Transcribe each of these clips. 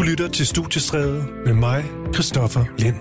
Du lytter til Studiestræde med mig, Christoffer Lind.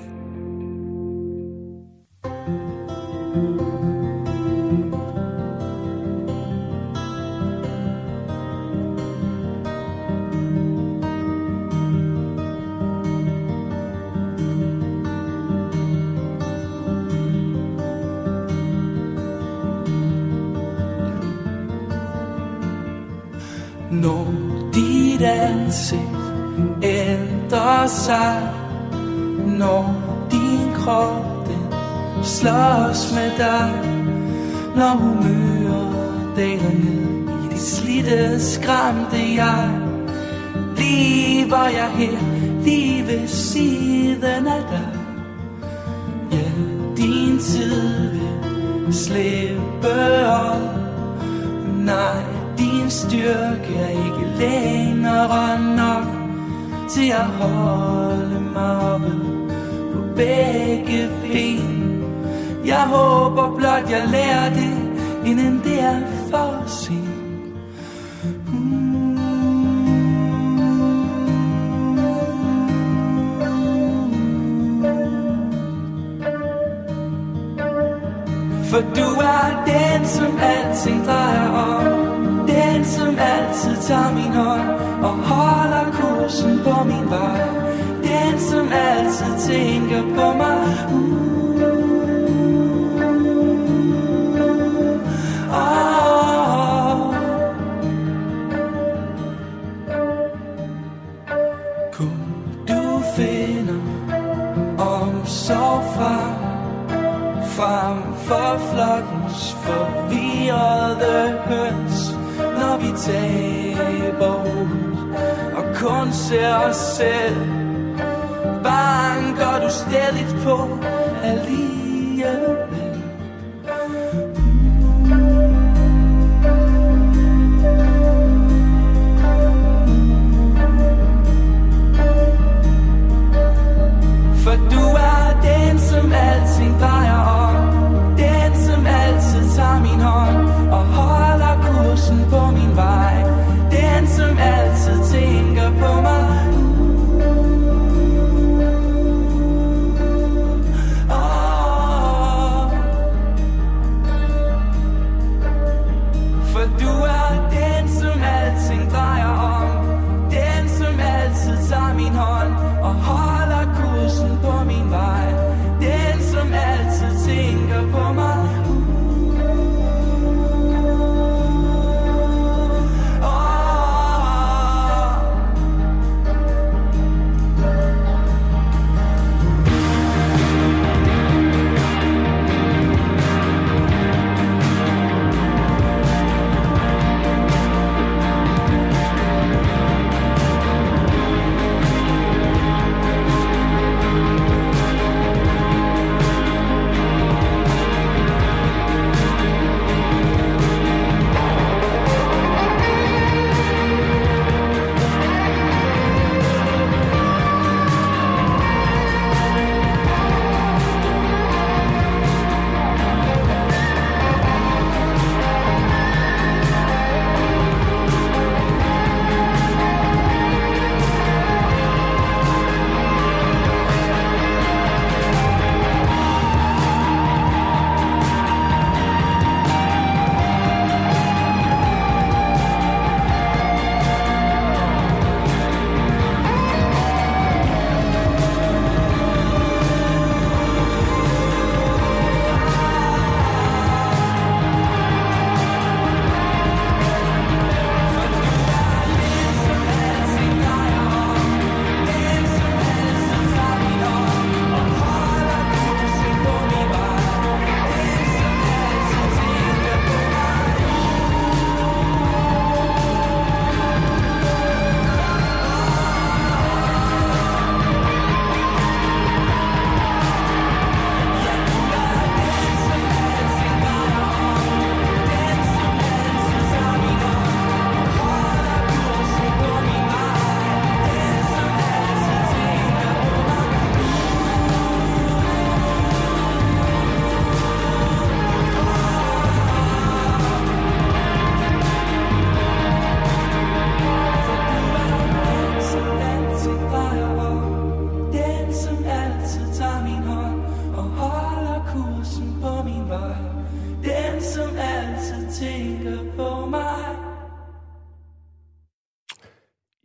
Når dit ansigt ændrer sig, når din krop den slås med dig, når humøret daler ned i det slidte, skræmte jeg, lever jeg her lige ved siden af dig. Ja, din tid vil slippe op. Nej, din styrke er ikke længere nok til at holde mig oppe på begge ben. Jeg håber blot jeg lærer det, inden det er for sent. For du er den, som alting drejer om, den, som altid tager min hånd og holder kursen på min vej, den, som altid tænker på mig. Kunne du finde omsorg frem for flokkens forvirrede høns, når vi taber ud og kun ser os selv, banker du stædigt på alligevel. For du er den, som alting drejer om, den, som altid tager min hånd og holder kursen på min vej, den, som altid tænker på mig.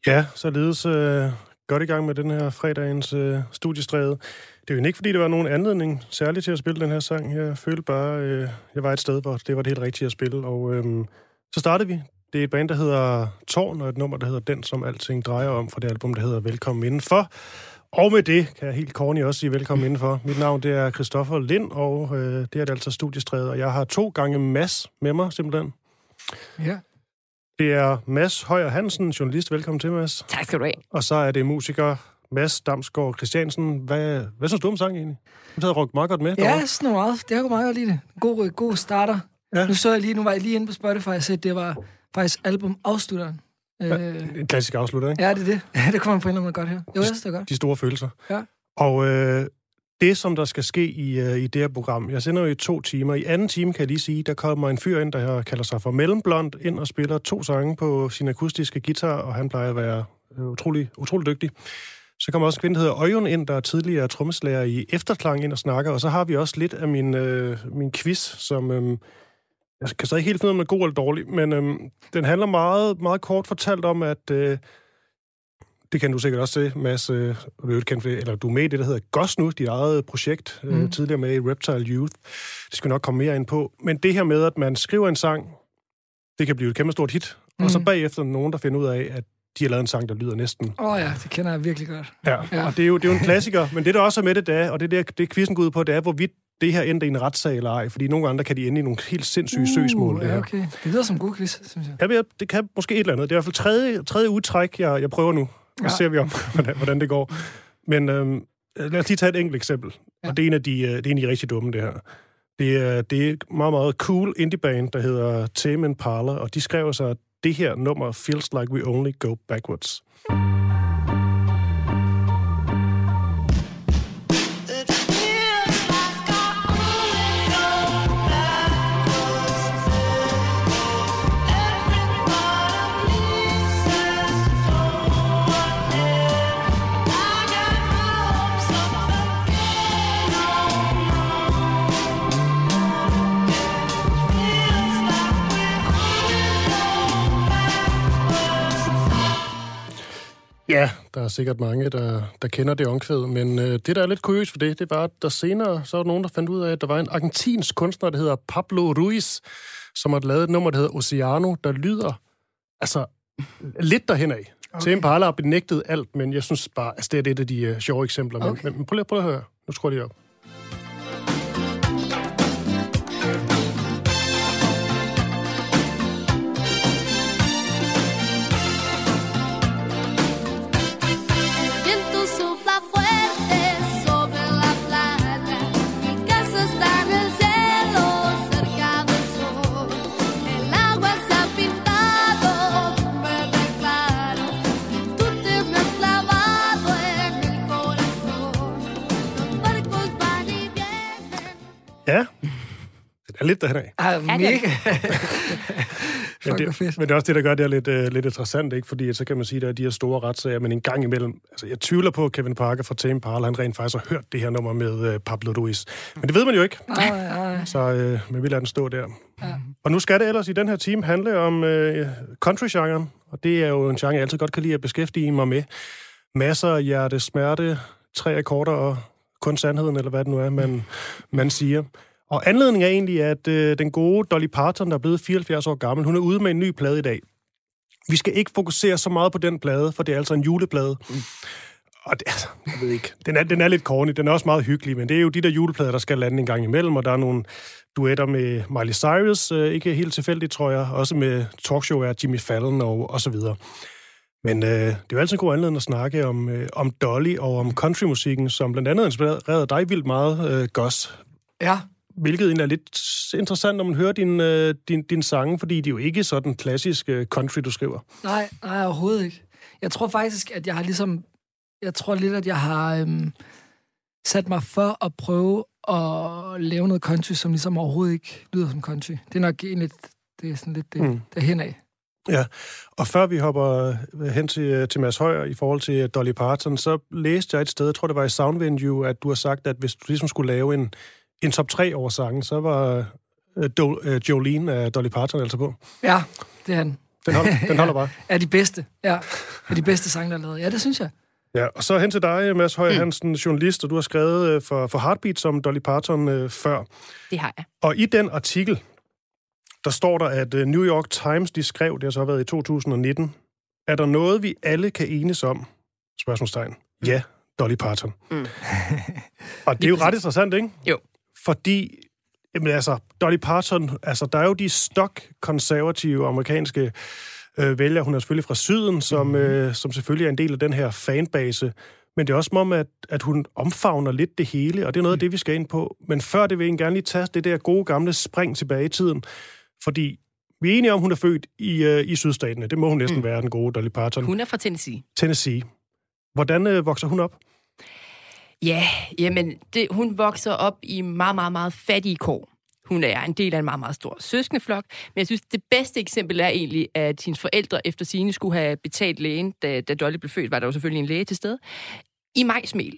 Ja, således godt i gang med den her fredagens studiestræde. Det er jo ikke, fordi der var nogen anledning særligt til at spille den her sang. Jeg følte bare, jeg var et sted, hvor det var det helt rigtige at spille. Og så startede vi. Det er et band, der hedder Tårn, og et nummer, der hedder Den, som alting drejer om, fra det album, der hedder Velkommen Indenfor. Og med det kan jeg helt corny også sige velkommen indenfor. Mit navn, det er Christoffer Lind, og det er det altså studiestræde. Og jeg har 2 gange Mads med mig, simpelthen. Ja. Det er Mads Højer Hansen, journalist. Velkommen til, Mads. Tak skal du have. Og så er det musiker Mads Damsgaard Christiansen. Hvad synes du om sangen egentlig? Du havde rocket meget godt med. Ja, sådan meget. Det har gået meget godt lige det. God starter. Ja. Nu var jeg lige inde på Spotify og set, det var faktisk album afslutteren. En klassisk afslutter, ikke? Ja, det er det. Ja, det kommer man på en eller anden godt her. Jo, det er godt. De store følelser. Ja. Og det, som der skal ske i det her program, jeg sender jo i 2 timer. I anden time, kan jeg lige sige, der kommer en fyr ind, der kalder sig for Mellemblond, ind og spiller 2 sange på sin akustiske guitar, og han plejer at være utrolig dygtig. Så kommer også en kvinde, der hedder Øjun, ind, der er tidligere trommeslager i Efterklang, ind og snakker. Og så har vi også lidt af min quiz, som jeg kan så ikke helt finde ud af, om den er god eller dårlig, men den handler meget, meget kort fortalt om, at det kan du sikkert også se, Mads, eller du er med i det, der hedder GOS nu, dit eget projekt, tidligere med i Reptile Youth. Det skal vi nok komme mere ind på. Men det her med, at man skriver en sang, det kan blive et kæmpe stort hit, og så bagefter nogen, der finder ud af, at de har lavet en sang, der lyder næsten. Ja, det kender jeg virkelig godt. Ja. Og det er jo en klassiker, men det, der også er med det, og det quizzen går ud på, det er, hvorvidt det her endte i en retssag eller ej, fordi nogle andre kan de ende i nogle helt sindssyge søgsmål. Det her. Okay. Det lyder som en god quiz, synes jeg. Ja, det kan måske et eller andet. Det er i hvert fald tredje udtræk, jeg prøver nu. Og så ser vi om, hvordan det går. Men lad os lige tage et enkelt eksempel. Ja. Og det er en af de rigtig dumme, det her. Det er meget, meget cool indie-band, der hedder Tame Impala, og de skrev så, at det her nummer feels like we only go backwards. Ja, der er sikkert mange, der kender det omkvæd, men det, der er lidt kuriøst for det var, at der senere så var der nogen, der fandt ud af, at der var en argentinsk kunstner, der hedder Pablo Ruiz, som har lavet et nummer, der hedder Oceano, der lyder altså lidt derhenad. Okay. Tame Impala har benægtet alt, men jeg synes bare, at det er et af de sjove eksempler. Okay. Men prøv at høre. Nu skruer jeg lige op. Ja, det er lidt derhenad. Mega. Men det er også det, der gør det lidt interessant, ikke? Fordi så kan man sige, at der er de her store retssager, men en gang imellem, altså jeg tvivler på, at Kevin Parker fra Tame Impala, han rent faktisk har hørt det her nummer med Pablo Ruiz. Men det ved man jo ikke. Så men vi lader den stå der. Ja. Og nu skal det ellers i den her time handle om country-genren, og det er jo en genre, jeg altid godt kan lide at beskæftige mig med. Masser af hjerte, smerte, 3 akkorder og kun sandheden, eller hvad det nu er, man siger. Og anledningen er egentlig, at den gode Dolly Parton, der er blevet 74 år gammel, hun er ude med en ny plade i dag. Vi skal ikke fokusere så meget på den plade, for det er altså en juleplade. Og det, altså, jeg ved ikke, den er lidt corny, den er også meget hyggelig, men det er jo de der juleplader, der skal lande en gang imellem, og der er nogle duetter med Miley Cyrus, ikke helt tilfældigt, tror jeg, også med talkshow af Jimmy Fallon og så videre. Men det er jo altid en god anledning at snakke om Dolly og om countrymusikken, som blandt andet inspirerede dig vildt meget, Gus. Ja. Hvilket egentlig er lidt interessant, når man hører din sange, fordi de er jo ikke sådan klassisk country, du skriver. Nej, overhovedet ikke. Jeg tror faktisk, at jeg har at jeg har sat mig for at prøve at lave noget country, som ligesom overhovedet ikke lyder som country. Det er nok egentlig, det er sådan lidt det derhenad. Ja, og før vi hopper hen til Mads Højer i forhold til Dolly Parton, så læste jeg et sted, jeg tror det var i Soundvenue, at du har sagt, at hvis du ligesom skulle lave en top 3 over sangen, så var Jolene af Dolly Parton altså på. Ja, det er han. Den holder bare. Er de bedste. Ja, er de bedste sange, der er lavet. Ja, det synes jeg. Ja, og så hen til dig, Mads Høj Hansen, journalist, og du har skrevet for Heartbeat som Dolly Parton før. Det har jeg. Og i den artikel, der står der, at New York Times, de skrev, det har så været i 2019, er der noget, vi alle kan enes om? Spørgsmålstegn. Ja, Dolly Parton. Og det er jo ret interessant, ikke? Jo. Fordi, jamen altså, Dolly Parton, altså, der er jo de stok-konservative amerikanske vælgere. Hun er selvfølgelig fra Syden, som selvfølgelig er en del af den her fanbase. Men det er også som om, at hun omfavner lidt det hele, og det er noget af det, vi skal ind på. Men før det vil jeg gerne lige tage det der gode gamle spring tilbage i tiden. Fordi vi er enige om, hun er født i sydstatene. Det må hun næsten være, den gode Dolly Parton. Hun er fra Tennessee. Tennessee. Hvordan vokser hun op? Ja, jamen, hun vokser op i meget, meget, meget fattige kår. Hun er en del af en meget, meget stor søskendeflok. Men jeg synes, det bedste eksempel er egentlig, at hendes forældre efter sigende skulle have betalt lægen, da Dolly blev født, var der jo selvfølgelig en læge til stede, i majsmel.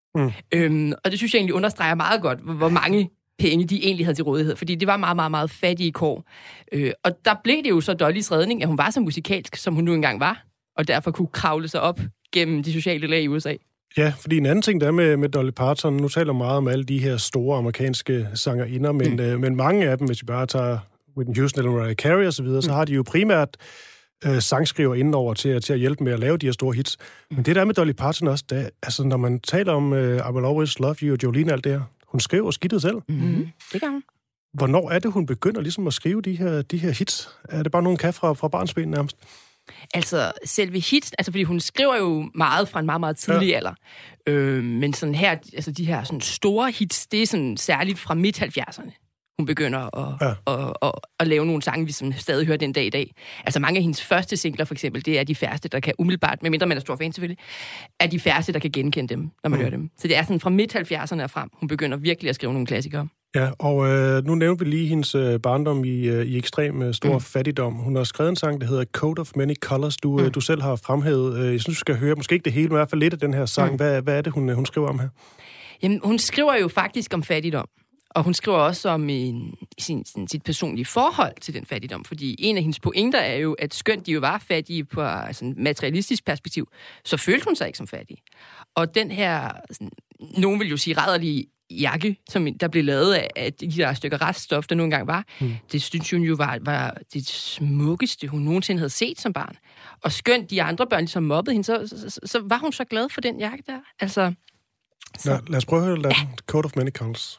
Og det synes jeg egentlig understreger meget godt, hvor mange penge de egentlig havde til rådighed, fordi det var meget, meget, meget fattige kår. Og der blev det jo så Dollys redning, at hun var så musikalsk, som hun nu engang var, og derfor kunne kravle sig op gennem de sociale lag i USA. Ja, fordi en anden ting, der er med Dolly Parton, nu taler meget om alle de her store amerikanske sangerinder, men mange af dem, hvis vi bare tager Whitney Houston eller Mariah Carey og så videre, så har de jo primært sangskriver indenover til at hjælpe med at lave de her store hits. Men det der med Dolly Parton også, altså når man taler om I Will Always Love You og Jolene og alt det her, hun skriver skidtet selv. Det gør hun. Hvornår er det, hun begynder ligesom at skrive de her hits? Er det bare nogen kan fra barnsben nærmest? Altså, selve hits, altså fordi hun skriver jo meget fra en meget, meget tidlig alder. Men sådan her, altså de her sådan store hits, det er sådan særligt fra midt-70'erne. Hun begynder at lave nogle sange, vi som stadig hører den dag i dag. Altså mange af hendes første singler, for eksempel, det er de færreste, der kan umiddelbart, medmindre man er stor fan selvfølgelig, er de færreste, der kan genkende dem, når man hører dem. Så det er sådan fra midt-70'erne og frem. Hun begynder virkelig at skrive nogle klassikere. Ja, og nu nævnte vi lige hendes barndom i ekstrem stor fattigdom. Hun har skrevet en sang, der hedder Coat of Many Colors, du selv har fremhævet. Jeg synes, du skal høre, måske ikke det hele, men i hvert fald lidt af den her sang. Hvad er det, hun skriver om her? Jamen, hun skriver jo faktisk om fattigdom. Og hun skriver også om sit personlige forhold til den fattigdom, fordi en af hendes pointer er jo, at skønt de jo var fattige på sådan materialistisk perspektiv, så følte hun sig ikke som fattig. Og den her, sådan, nogen vil jo sige rædderlige jakke, som der blev lavet af de der stykker reststof, der nu engang var, det synes hun jo var det smukkeste, hun nogensinde havde set som barn. Og skønt de andre børn, som mobbede hende, så var hun så glad for den jakke der. Altså, lad os prøve at høre den. Coat of Many Colors.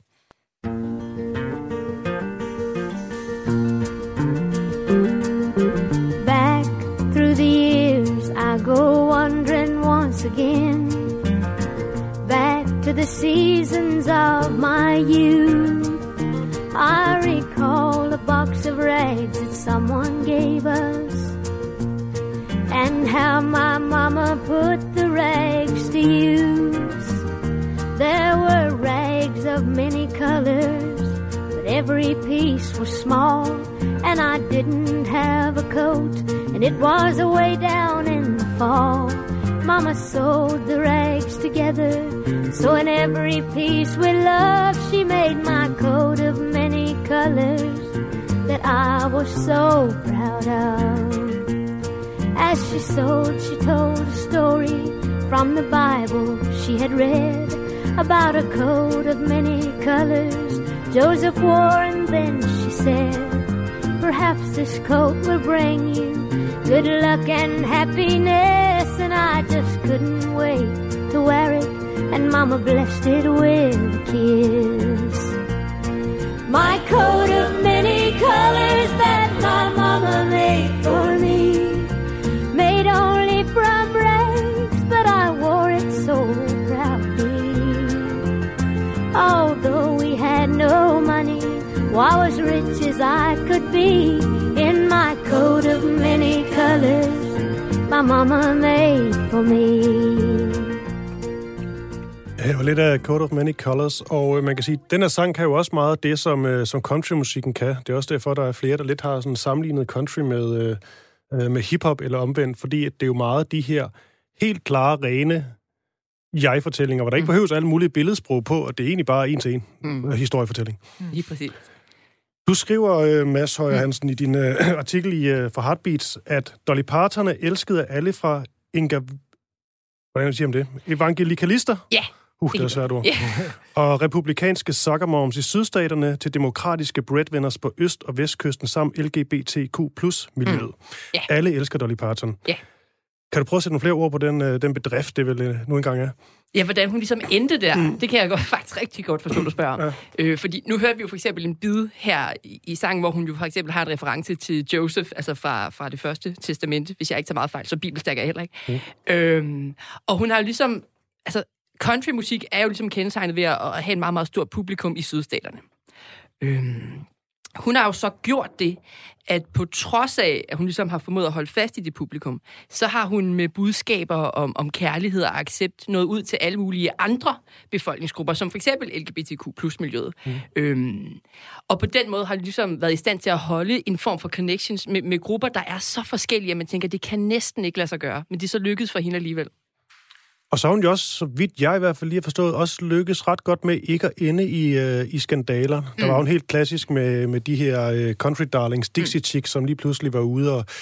Back through the years I go wandering once again, back to the seasons of my youth. I recall a box of rags that someone gave us, and how my mama put the rags to use. There were rags of many colors, but every piece was small, and I didn't have a coat, and it was away down in the fall. Mama sewed the rags together, so in every piece with love she made my coat of many colors that I was so proud of. As she sewed, she told a story from the Bible she had read about a coat of many colors Joseph wore, and then she said, perhaps this coat will bring you good luck and happiness. And I just couldn't wait to wear it, and Mama blessed it with a kiss. My coat of many colors that my Mama made for me, made only from rags, but I wore it so proudly. Although we had no money, I was rich as I could be, in my coat of many colors my mama made for me. Det var lidt af Coat of Many Colors, og man kan sige, at den her sang kan jo også meget det, som countrymusikken kan. Det er også derfor, der er flere, der lidt har sådan sammenlignet country med hiphop eller omvendt, fordi det er jo meget de her helt klare, rene jeg-fortællinger, hvor der ikke behøves alle mulige billedsprog på, og det er egentlig bare en til en historiefortælling. Lige præcis. Du skriver, Mads Højer Hansen, i din artikel for Heartbeats, at Dolly Parton er elsket af alle fra hvordan siger man det? Evangelikalister? Ja. Det er svært ord. Yeah. Og republikanske soccermoms i sydstaterne til demokratiske breadwinners på øst- og vestkysten samt LGBTQ+-miljøet. Yeah. Alle elsker Dolly Parton. Yeah. Kan du prøve at sætte nogle flere ord på den bedrift, det vel nu engang er? Ja, hvordan hun ligesom endte der, det kan jeg faktisk rigtig godt forstå, du spørger om. Ja. Fordi nu hører vi jo for eksempel en bid her i sangen, hvor hun jo for eksempel har en reference til Joseph, altså fra det første testamente, hvis jeg ikke tager meget fejl, så bibelstærk er jeg heller ikke. Og hun har jo ligesom, altså countrymusik er jo ligesom kendetegnet ved at have en meget, meget stort publikum i sydstaterne. Hun har jo så gjort det, at på trods af, at hun ligesom har formået at holde fast i det publikum, så har hun med budskaber om kærlighed og accept nået ud til alle mulige andre befolkningsgrupper, som for eksempel LGBTQ+-miljøet. Og på den måde har hun ligesom været i stand til at holde en form for connections med grupper, der er så forskellige, at man tænker, det kan næsten ikke lade sig gøre, men det er så lykkedes for hende alligevel. Og så har hun jo også, så vidt jeg i hvert fald lige har forstået, også lykkes ret godt med ikke at ende i skandaler. Der var jo en helt klassisk med de her country darlings, Dixie Chicks, som lige pludselig var ude og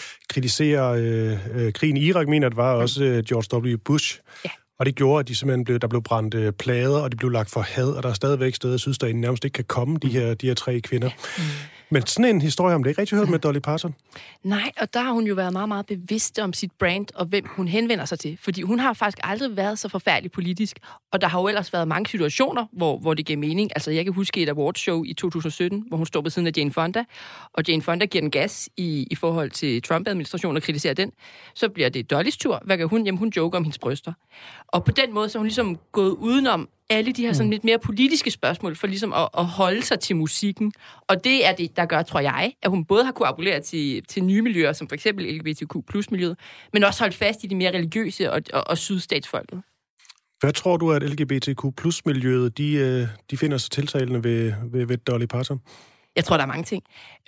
kritisere krigen i Irak, mener det var også George W. Bush. Ja. Og det gjorde, at de simpelthen der blev brændt plader, og de blev lagt for had, og der er stadigvæk steder i sydstaten nærmest ikke kan komme de her tre kvinder. Men sådan en historie om det ikke rigtig hørt med Dolly Parton? Nej, og der har hun jo været meget, meget bevidst om sit brand, og hvem hun henvender sig til. Fordi hun har faktisk aldrig været så forfærdelig politisk, og der har jo ellers været mange situationer, hvor det giver mening. Altså, jeg kan huske et awardshow i 2017, hvor hun står ved siden af Jane Fonda, og Jane Fonda giver den gas i forhold til Trump-administrationen og kritiserer den. Så bliver det Dollys tur. Hvad gør hun? Jamen, hun joker om hendes bryster. Og på den måde, så er hun ligesom gået udenom alle de her sådan lidt mere politiske spørgsmål, for ligesom at holde sig til musikken. Og det er det, der gør, tror jeg, at hun både har kunnet appellere til nye miljøer, som for eksempel LGBTQ+-miljøet, men også holdt fast i de mere religiøse og sydstatsfolket. Hvad tror du, at LGBTQ+-miljøet, de finder sig tiltalende ved Dolly Parton? Jeg tror, der er mange ting.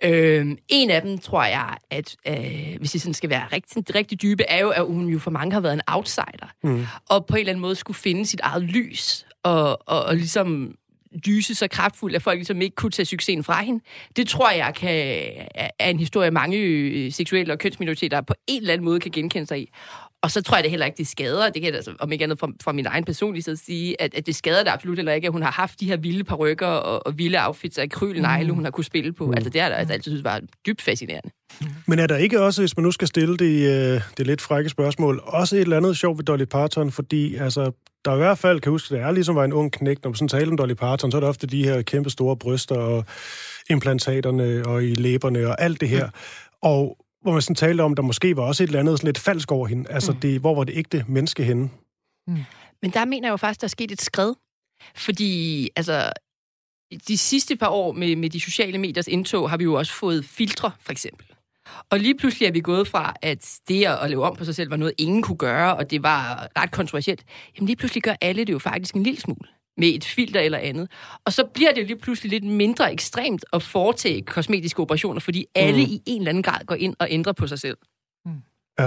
En af dem, tror jeg, at hvis det sådan skal være rigtig dybe, er jo, at hun jo for mange har været en outsider. Og på en eller anden måde skulle finde sit eget lys, og ligesom lyse så kraftfuldt, at folk ligesom ikke kunne tage succesen fra hende. Det tror jeg er en historie, mange seksuelle og kønsminoriteter på en eller anden måde kan genkende sig i. Og så tror jeg det heller ikke, det skader. Det kan jeg altså, om ikke andet fra min egen personlighed sige, at det skader det absolut heller ikke, at hun har haft de her vilde parrykker og vilde outfits af akrylnegle, hun har kunne spille på. Altså det har jeg altså altid synes var dybt fascinerende. Men er der ikke også, hvis man nu skal stille det lidt frække spørgsmål, også et eller andet sjovt ved Dolly Parton, fordi altså, der i hvert fald, kan huske, det er ligesom var en ung knægt, når man sådan taler om Dolly Parton, så er det ofte de her kæmpe store bryster og implantaterne og i læberne og alt det her. Og hvor man sådan talte om, der måske var også et eller andet sådan lidt falsk over hende. Altså, hvor var det ægte menneske henne? Men der mener jeg jo faktisk, der er sket et skred. Fordi, altså, de sidste par år med de sociale mediers indtog, har vi jo også fået filtre, for eksempel. Og lige pludselig er vi gået fra, at det at leve om på sig selv var noget, ingen kunne gøre, og det var ret kontroversielt. Jamen lige pludselig gør alle det jo faktisk en lille smule med et filter eller andet. Og så bliver det jo lige pludselig lidt mindre ekstremt at foretage kosmetiske operationer, fordi alle i en eller anden grad går ind og ændrer på sig selv. Ja.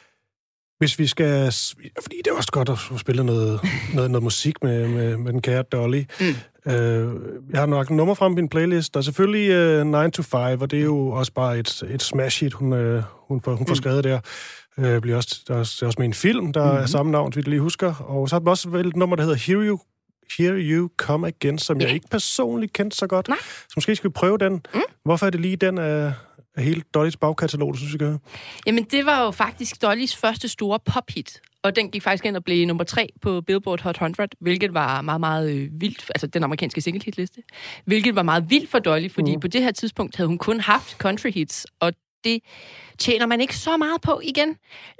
Hvis vi skal... Fordi det er også godt at spille noget musik med den kære Dolly. Jeg har nok nummer frem på min playlist. Der er selvfølgelig 9 to 5, og det er jo også bare et smash hit, hun får skrevet der. Der er også med en film, der er samme navn, vi lige husker. Og så har der også et nummer, der hedder Here You Come Again, som jeg ikke personligt kendte så godt. Nej. Så måske skal vi prøve den. Hvorfor er det lige den af hele Dollys bagkatalog, du synes, vi kan høre? Jamen, det var jo faktisk Dollys første store pophit. Og den gik faktisk ind og blev nummer 3 på Billboard Hot 100, hvilket var meget, meget vildt. Altså den amerikanske single-hitliste. Hvilket var meget vildt for Dolly, fordi på det her tidspunkt havde hun kun haft country hits, og det tjener man ikke så meget på igen.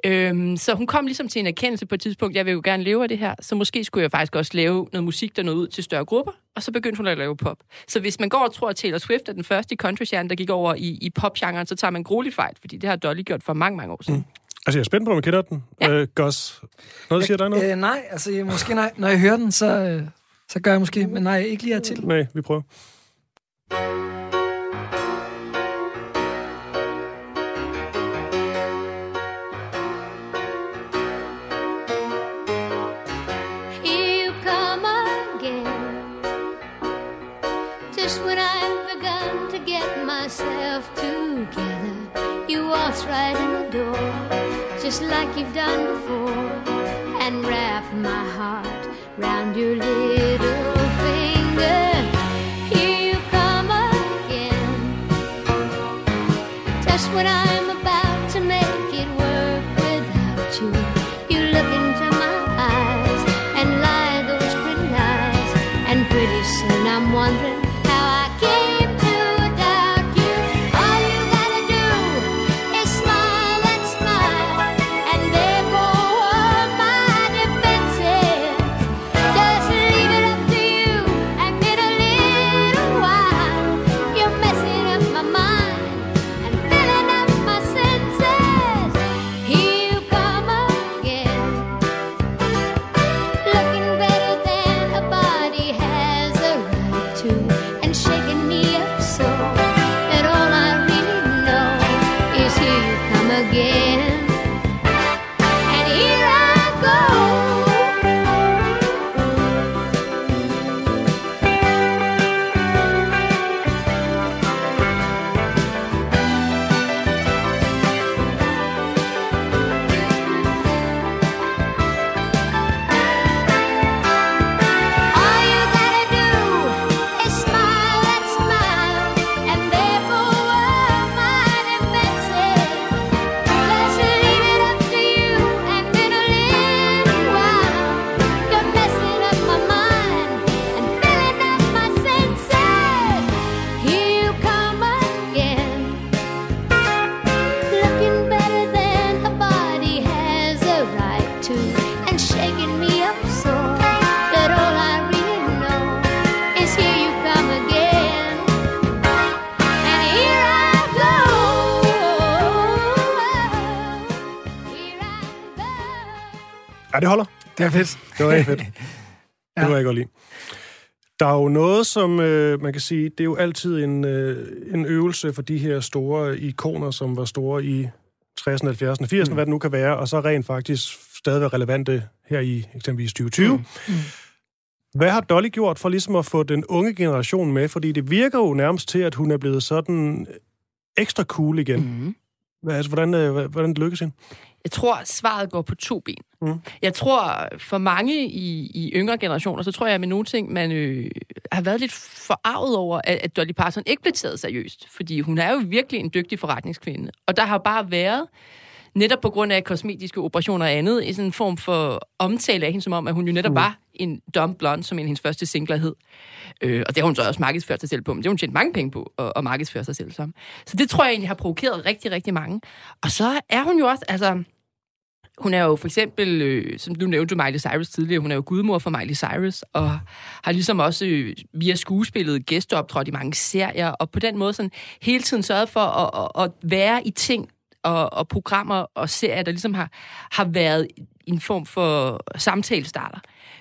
Så hun kom ligesom til en erkendelse på et tidspunkt, jeg vil jo gerne leve af det her, så måske skulle jeg faktisk også lave noget musik, der nåede ud til større grupper, og så begyndte hun at lave pop. Så hvis man går og tror, at Taylor Swift er den første countrystjerne, der gik over i popgenren, så tager man grueligt fejl, fordi det har Dolly gjort for mange, mange år siden. Altså, jeg er spændt på, om jeg kender den. Ja. Gus, noget siger dig noget? Nej, altså måske nej. Når jeg hører den, så gør jeg måske, men nej, ikke lige hertil. Nej, vi prøver. When I've begun to get right in the door, just like you've done before, and wrap my heart round your little finger. Here you come again, just when I'm about to make it work without you. You look into my eyes and lie those pretty lies, and pretty soon I'm wondering how I came to doubt you. All you gotta do is smile and smile, and there go all my defenses. Just leave it up to you, and in a little while you're messing up my mind and filling up my senses. Here you come again, looking better than a body has a right to, and shaking me up so that all I really know is here you come again, and here I go. All you gotta do is smile and smile, and there go all my defenses. Just leave it up to you, and in a little while you're messing up my mind and filling up my senses. Here you come again, looking better than a body has a right to, and shaking me up so that all I really know is here you come again, and here I go. Here I go. Ja, det holder. Det er fedt. Det var rigtig fedt. Det var jeg godt lide. Der er jo noget, som man kan sige, det er jo altid en øvelse for de her store ikoner, som var store i 60'erne, 70'erne, 80'erne, hvad det nu kan være, og så rent faktisk stadig være relevante her i eksempelvis 2020. Hvad har Dolly gjort for ligesom at få den unge generation med? Fordi det virker jo nærmest til, at hun er blevet sådan ekstra cool igen. Hvordan det lykkes hende? Jeg tror, svaret går på 2 ben. Jeg tror, for mange i yngre generationer, så tror jeg med nogle ting, man har været lidt forarvet over, at Dolly Parton ikke blev taget seriøst. Fordi hun er jo virkelig en dygtig forretningskvinde. Og der har bare været, netop på grund af kosmetiske operationer og andet, i sådan en form for omtale af hende, som om, at hun jo netop var en dumb blonde, som en af hendes første singler hed. Og det har hun så også markedsført sig selv på, men det har hun tjent mange penge på at markedsføre sig selv som. Så det tror jeg egentlig har provokeret rigtig, rigtig mange. Og så er hun jo også, altså, hun er jo for eksempel, som du nævnte Miley Cyrus tidligere, hun er jo gudmor for Miley Cyrus, og har ligesom også via skuespillet gæsteoptrådt i mange serier, og på den måde sådan hele tiden sørget for at være i ting og programmer og serier, der ligesom har været en form for samtalestarter.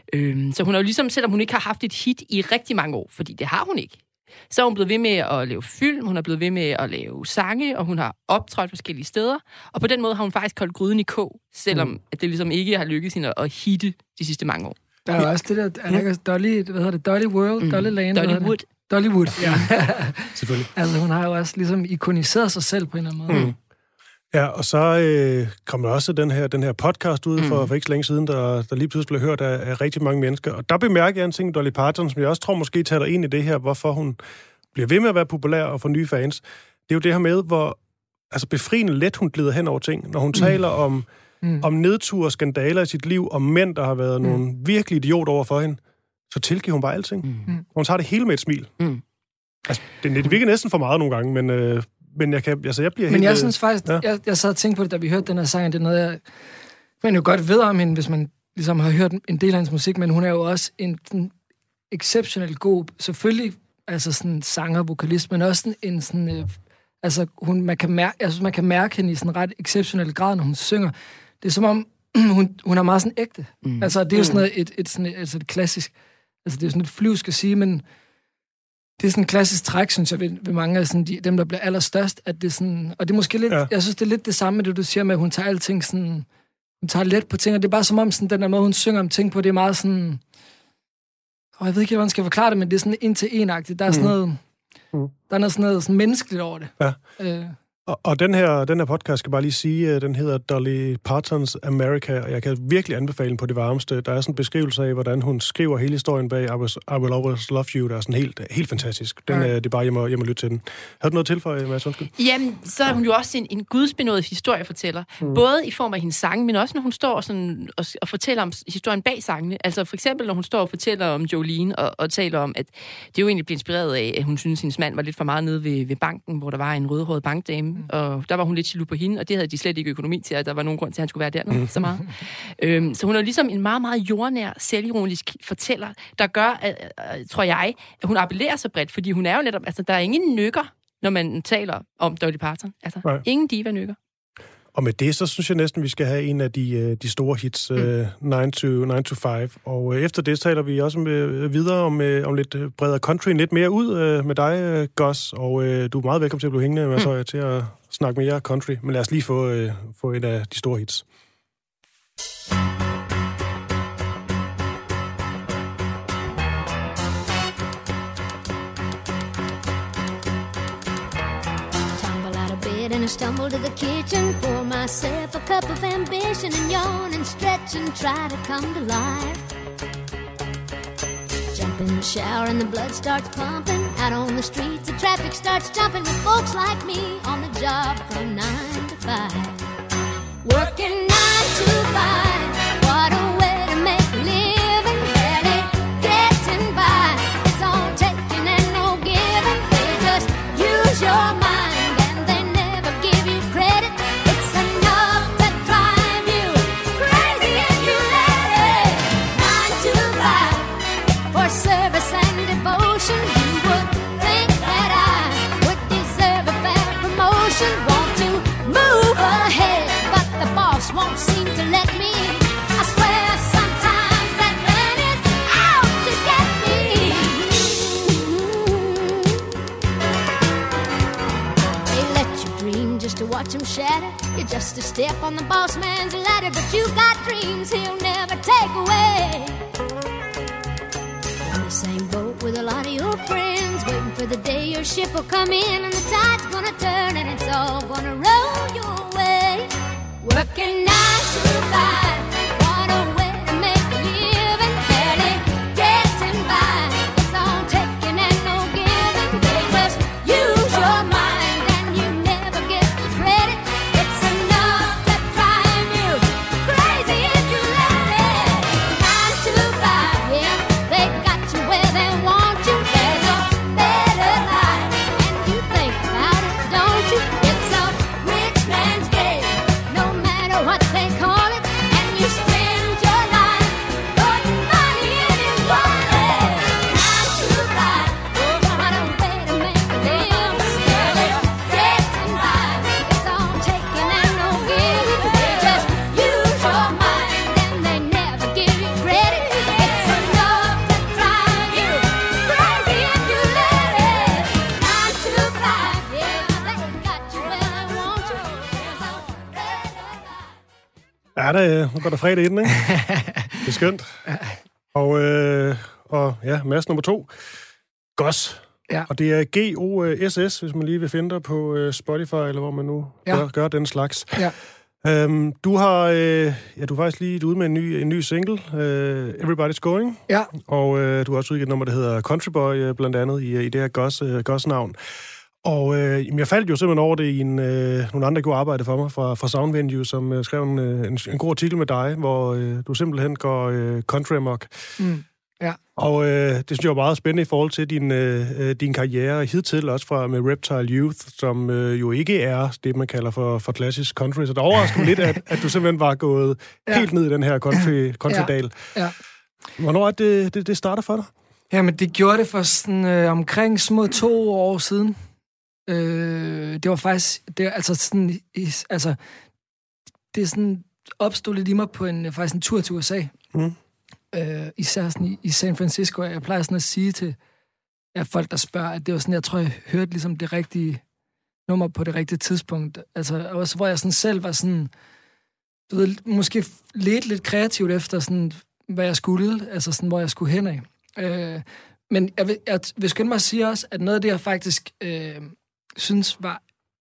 Så hun er jo ligesom, selvom hun ikke har haft et hit i rigtig mange år, fordi det har hun ikke, så er hun blevet ved med at lave film, hun er blevet ved med at lave sange, og hun har optrådt forskellige steder, og på den måde har hun faktisk holdt gryden i kog, selvom at det ligesom ikke har lykkedes hende at hitte de sidste mange år. Der er jo også det der, Dolly, hvad hedder det, Dolly World, Dolly Land, Dollywood. Dollywood, ja. Selvfølgelig. Altså hun har jo også ligesom ikoniseret sig selv på en eller anden måde. Ja, og så kom der også den her podcast ud for ikke så længe siden, der lige pludselig blev hørt af rigtig mange mennesker. Og der bemærker jeg en ting, Dolly Parton, som jeg også tror måske tager ind i det her, hvorfor hun bliver ved med at være populær og få nye fans. Det er jo det her med, hvor altså befriende let hun glider hen over ting. Når hun taler om nedtur og skandaler i sit liv, om mænd, der har været nogle virkelig idioter over for hende, så tilgiver hun bare alting. Hun tager det hele med et smil. Altså, det virker næsten for meget nogle gange, men jeg bliver helt... Men jeg synes faktisk, jeg sad og tænkte på det, da vi hørte den her sang, det er noget, man jo godt ved om hende, hvis man ligesom har hørt en del af hendes musik, men hun er jo også en exceptionelt god, selvfølgelig, altså sådan sanger, vokalist, men også en sådan, altså man kan mærke hende i sådan ret exceptionel grad, når hun synger. Det er som om, hun er meget sådan ægte. Altså, det er jo sådan noget, et klassisk, altså det er jo sådan et flyvsk at sige, men det er sådan et klassisk træk, synes jeg, ved mange af sådan dem, der bliver allerstørst, at det er sådan, og det er måske lidt, jeg synes, det er lidt det samme med det, du siger med, at hun tager alting sådan, hun tager let på ting, og det er bare som om, sådan, den der måde, hun synger om ting på, det er meget sådan, jeg ved ikke, hvordan man skal forklare det, men det er sådan en til en-agtigt. Der er sådan noget, der er noget sådan menneskeligt over det. Ja. Og den her podcast, skal bare lige sige, den hedder Dolly Parton's America, og jeg kan virkelig anbefale den på det varmeste. Der er sådan en beskrivelse af, hvordan hun skriver hele historien bag I Will Always Love You, der er sådan helt fantastisk. Det er bare hjem og lytte til den. Har du noget til for, Mads? Undskyld. Jamen, så er hun jo også en gudsbenået historiefortæller. Både i form af hendes sange, men også når hun står sådan og fortæller om historien bag sangene. Altså for eksempel, når hun står og fortæller om Jolene og taler om, at det jo egentlig blev inspireret af, at hun synes, at hendes mand var lidt for meget nede ved banken, hvor der var en rødhåret bankdame, og der var hun lidt jaloux på hende, og det havde de slet ikke økonomi til, at der var nogen grund til, at han skulle være dernede så meget. Så hun er ligesom en meget, meget jordnær, selvironisk fortæller, der gør, tror jeg, at hun appellerer så bredt, fordi hun er jo netop, altså der er ingen nykker, når man taler om Dolly Parton. Altså, ingen diva-nykker. Og med det, så synes jeg næsten, vi skal have en af de store hits, 9 to 5. Og efter det taler vi også videre om lidt bredere country, lidt mere ud med dig, Gus. Og du er meget velkommen til at blive hængende med så til at snakke mere country. Men lad os lige få en af de store hits. And I stumble to the kitchen, pour myself a cup of ambition and yawn and stretch and try to come to life. Jump in the shower and the blood starts pumping. Out on the streets, the traffic starts jumping with folks like me on the job from 9 to 5. Working 9 to 5, what a way to make a living. Barely getting by, it's all taking and no giving. They just use your mind. Want to move ahead, but the boss won't seem to let me. I swear sometimes that man is out to get me. They let you dream just to watch him shatter. You're just a step on the boss man's ladder, but you got dreams he'll never take away. On the same boat with a lot of your friends, waiting for the day your ship will come in and the tide's gonna turn and it's all gonna roll your way. Working 9 to 5, what a way to make a living. Barely getting by, it's all taking and no giving. They just use your mind and you never get the credit. It's enough to drive you crazy if you let it. 9 to 5, yeah, they got you where they want you. There's a better life, and you think about it, don't you? It's a rich man's game, no matter what they call it. And you spend your life putting money in his wallet. 9 to 5, what a way to make a living. Barely getting by, it's all taking and no giving. They just use your mind and they never give you credit. It's enough to drive you crazy if you let it. 9 to 5, yeah, they got you where they want you. There's a better life. Ja, nu går der fredag i den, ikke? Det er skønt. Og ja, Mads nummer 2. Gus. Ja. Og det er GOSS, hvis man lige vil finde dig på Spotify, eller hvor man nu gør den slags. Ja. Du har faktisk lige ude med en ny single, Everybody's Going. Ja. Og du har også udgivet et nummer, der hedder Country Boy, blandt andet i det her Gus-navn. Og jeg faldt jo simpelthen over det i nogle andre gode arbejde for mig fra Sound Venue, som skrev en god artikel med dig, hvor du simpelthen går country amok. Ja. Og det synes jeg var meget spændende i forhold til din karriere hidtil, også med Reptile Youth, som jo ikke er det, man kalder for klassisk country. Så det overrasker mig lidt, at du simpelthen var gået helt ned i den her country-dal. Ja. Hvornår er det starter for dig? Jamen, det gjorde det for sådan, omkring små 2 år siden. Det var faktisk... Det er sådan opstod lidt i mig på en tur til USA. Især sådan i San Francisco. Jeg plejer sådan at sige til folk, der spørger, at det var sådan, jeg tror, jeg hørte ligesom det rigtige nummer på det rigtige tidspunkt. Altså, også hvor jeg sådan selv var sådan, du ved, måske ledte lidt kreativt efter sådan, hvad jeg skulle, altså sådan, hvor jeg skulle hen af. Men jeg vil skynde mig at sige også, at noget af det, jeg faktisk synes var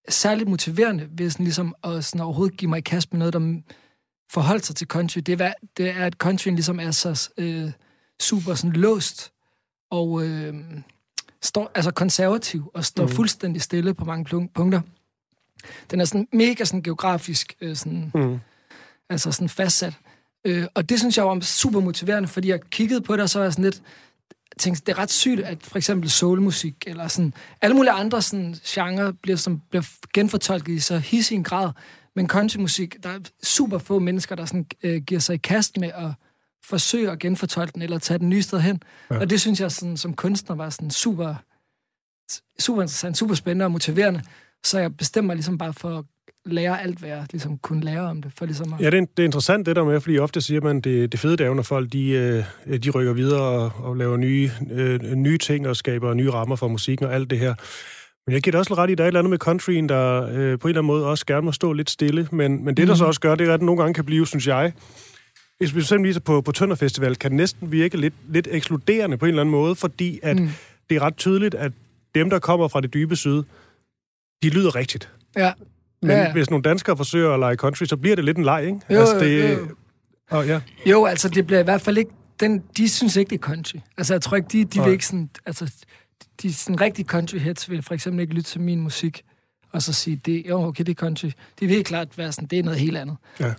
særligt motiverende ved sådan ligesom at sådan overhovedet give mig i kast med noget, der forholder sig til country. Det er, at countryen ligesom er så super sådan låst og står altså konservativ og står fuldstændig stille på mange punkter. Den er sådan mega sådan geografisk altså sådan fastsat. Og det synes jeg var super motiverende, fordi jeg kiggede på det, og så var jeg sådan lidt tænkte, det er ret sygt, at for eksempel soulmusik eller sådan alle mulige andre sådan genre bliver genfortolket i så hissig en grad, men countrymusik, der er super få mennesker, der sådan giver sig i kast med at forsøge at genfortolke den eller tage den nye sted hen. Ja. Og det synes jeg sådan, som kunstner var sådan super interessant, super spændende og motiverende. Så jeg bestemmer mig ligesom bare for at lære alt, hvad jeg ligesom kunne lære om det. For ligesom at... Ja, det er interessant det der med, fordi ofte siger man, det fede er, når folk de rykker videre og laver nye ting og skaber nye rammer for musikken og alt det her. Men jeg giver det også ret i, at der er et eller andet med countryen, der på en eller anden måde også gerne må stå lidt stille. Men det, der så også gør, det er, at det nogle gange kan blive, synes jeg, hvis vi simpelthen viser på Tønder Festival, kan det næsten virke lidt ekskluderende på en eller anden måde, fordi at det er ret tydeligt, at dem, der kommer fra det dybe syd, de lyder rigtigt. Ja. Men hvis nogle danskere forsøger at lege country, så bliver det lidt en leg, ikke? Jo. Jo, altså det bliver i hvert fald ikke... De synes ikke, det er country. Altså jeg tror ikke, de vil ikke sådan... Altså, de sådan rigtige country heads vil for eksempel ikke lytte til min musik, og så sige, det er country. De vil helt klart være sådan, det er noget helt andet. Ja.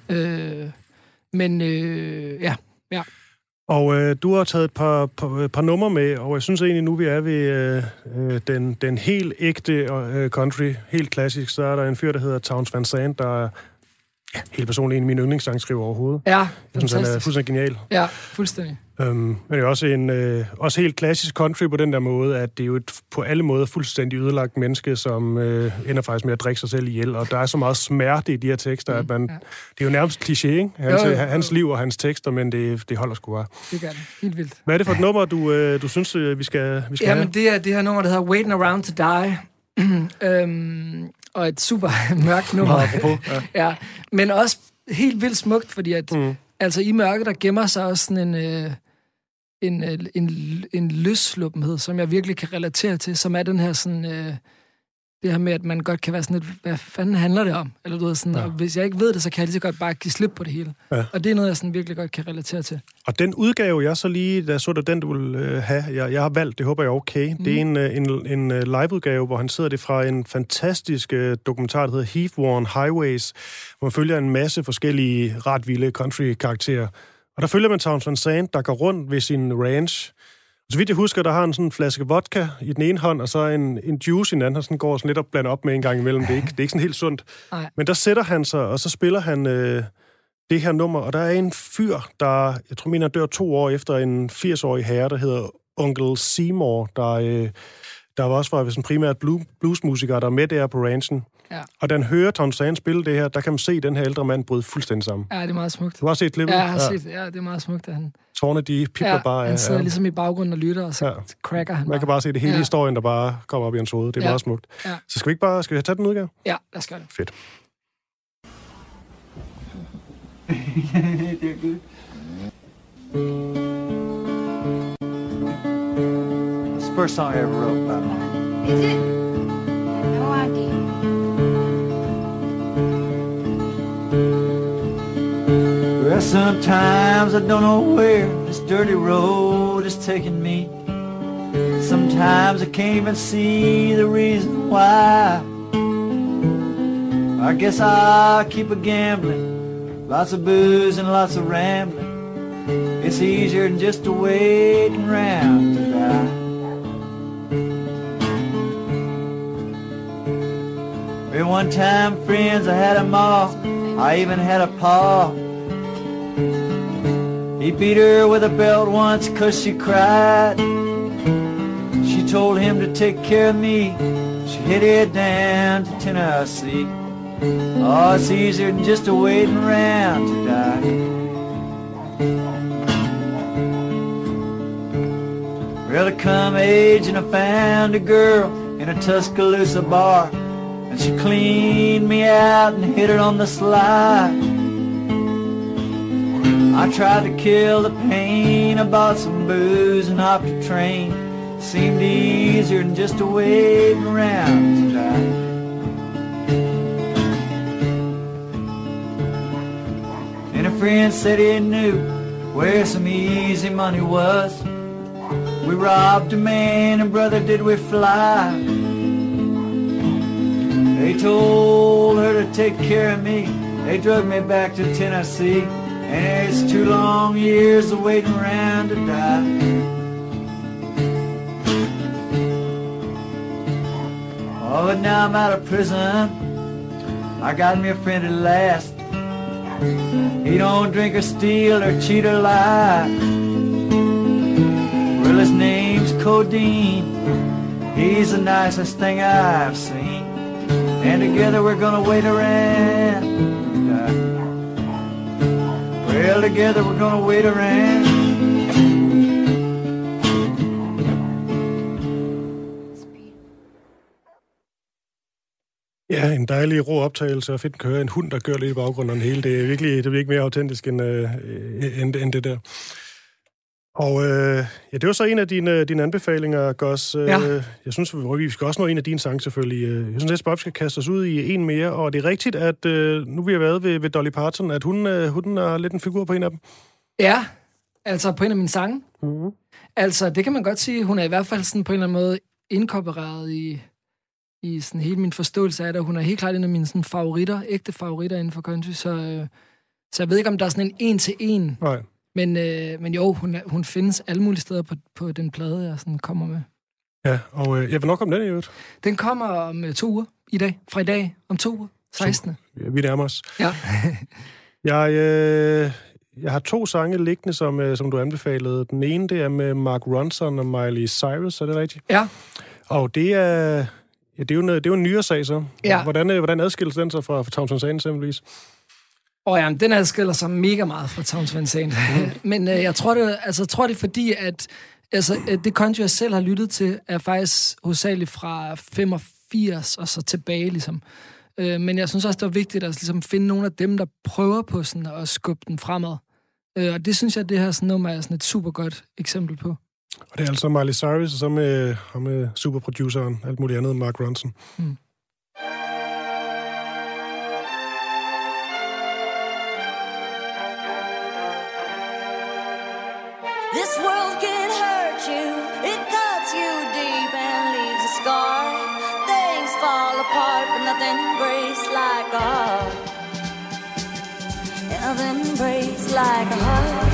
Ja. Og du har taget et par numre med, og jeg synes egentlig nu, vi er ved den helt ægte country, helt klassisk. Så er der en fyr, der hedder Townes Van Zandt, der er helt personligt en af mine yndlingssangskriver overhovedet. Ja, jeg synes, han er fuldstændig genial. Ja, fuldstændig. Men det er også helt klassisk country på den der måde, at det er jo et på alle måder fuldstændig ødelagt menneske, som ender faktisk med at drikke sig selv ihjel. Og der er så meget smerte i de her tekster, at man... Det er jo nærmest kliché, ikke? Hans liv og hans tekster, men det holder sgu bare. Det gør det. Helt vildt. Hvad er det for et nummer, du synes, vi skal have? Men det er det her nummer, der hedder Waiting Around to Die. Og et super mørkt nummer. Ja, men også helt vildt smukt, fordi at altså i mørket, der gemmer sig også sådan en løssluppenhed, som jeg virkelig kan relatere til, som er den her sådan... det her med, at man godt kan være sådan lidt, hvad fanden handler det om? Eller du ved, sådan, og hvis jeg ikke ved det, så kan jeg lige så godt bare give slip på det hele. Ja. Og det er noget, jeg sådan virkelig godt kan relatere til. Og den udgave, jeg så lige, da jeg så det, den du vil have, jeg har valgt, det håber jeg er okay. Det er en liveudgave, hvor han sidder det fra en fantastisk dokumentar, der hedder Heath-Worn Highways, hvor man følger en masse forskellige ret vilde country-karakterer. Og der følger man Townes Van Zandt, der går rundt ved sin ranch. Så vidt jeg husker, der har han sådan en flaske vodka i den ene hånd, og så en juice i den anden, og sådan går sådan lidt og blander op med en gang imellem. Det er ikke sådan helt sundt. Ej. Men der sætter han sig, og så spiller han det her nummer, og der er en fyr, der, jeg tror, mener dør 2 år efter en 80-årig herre, der hedder Onkel Seymour, der var også sådan primært bluesmusiker, der er med der på ranchen. Ja. Og da han hører Townes Zandt spille det her, der kan man se den her ældre mand bryde fuldstændig sammen. Ja, det er meget smukt. Du har set klippet? Ja, jeg har set det. Ja, det er meget smukt, at han... Tårne, de pipler bare... Han sidder ligesom i baggrunden og lytter, og så cracker han. Man kan bare se det hele historien, der bare kommer op i hans hoved. Det er meget smukt. Ja. Så skal vi have taget den udgave? Ja, lad os gøre det. Fedt. Det er godt. It's the first song I ever wrote about it. Is it? No idea. Well, sometimes I don't know where this dirty road is taking me. Sometimes I can't even see the reason why. I guess I'll keep a gambling, lots of booze and lots of rambling. It's easier than just waiting around to die. Well, one time, friends, I had 'em all. I even had a pa. He beat her with a belt once 'cause she cried. She told him to take care of me. She headed down to Tennessee. Oh, it's easier than just waiting around to die. Well, I come age and I found a girl in a Tuscaloosa bar. And she cleaned me out and hit it on the sly. I tried to kill the pain. I bought some booze and hopped a train. It seemed easier than just waiting around to die. and a friend said he knew where some easy money was. We robbed a man, and brother, did we fly. They told her to take care of me. They drug me back to Tennessee, and it's 2 long years of waiting around to die. Oh, but now I'm out of prison. I got me a friend at last. He don't drink or steal or cheat or lie. Well, his name's Codeine. He's the nicest thing I've seen. And together we're gonna wait around. Well, together we're gonna wait around. Ja, en dejlig rå optagelse, og fedt at høre en hund, der gør lidt i baggrunden og den hele. Det er virkelig mere autentisk end det der. Og ja, det var så en af dine anbefalinger, Gus. Ja. Jeg synes, vi skal også nå en af dine sange selvfølgelig. Jeg synes, at Bob skal kaste os ud i en mere, og det er rigtigt, at nu vi har været ved Dolly Parton, at hun er lidt en figur på en af dem. Ja, altså på en af mine sange. Mm-hmm. Altså, det kan man godt sige. Hun er i hvert fald sådan på en eller anden måde inkorporeret i sådan hele min forståelse af det. Hun er helt klart en af mine sådan favoritter, ægte favoritter inden for country, så jeg ved ikke, om der er sådan en en-til-en. Nej. Men jo, hun findes alle mulige steder på den plade, jeg sådan kommer med. Ja, og hvornår kom den i øvrigt? Den kommer om 2 uger i dag. Fra i dag om 2 uger. 16. Vi nærmer os. Ja. Jeg har 2 sange liggende, som du anbefalede. Den ene, det er med Mark Ronson og Miley Cyrus, er det rigtigt? Ja. Og det er jo en nyere sag, så. Ja. Hvordan adskilles den så fra Townes Van Zandt eksempelvis? Ja, den adskiller sig mega meget fra Townes Van Zandt. Men jeg tror det er fordi, at det country, jeg selv har lyttet til, er faktisk hovedsageligt fra 85 og så tilbage, ligesom. Men jeg synes også, det er vigtigt at ligesom finde nogle af dem, der prøver på sådan at skubbe den fremad. Og det synes jeg, det her sådan nummer er sådan et super godt eksempel på. Og det er altså Miley Cyrus, og så med superproduceren, alt muligt andet, Mark Ronson. Mm. This world can hurt you, it cuts you deep and leaves a scar. Things fall apart, but nothing breaks like a heart. Nothing breaks like a heart.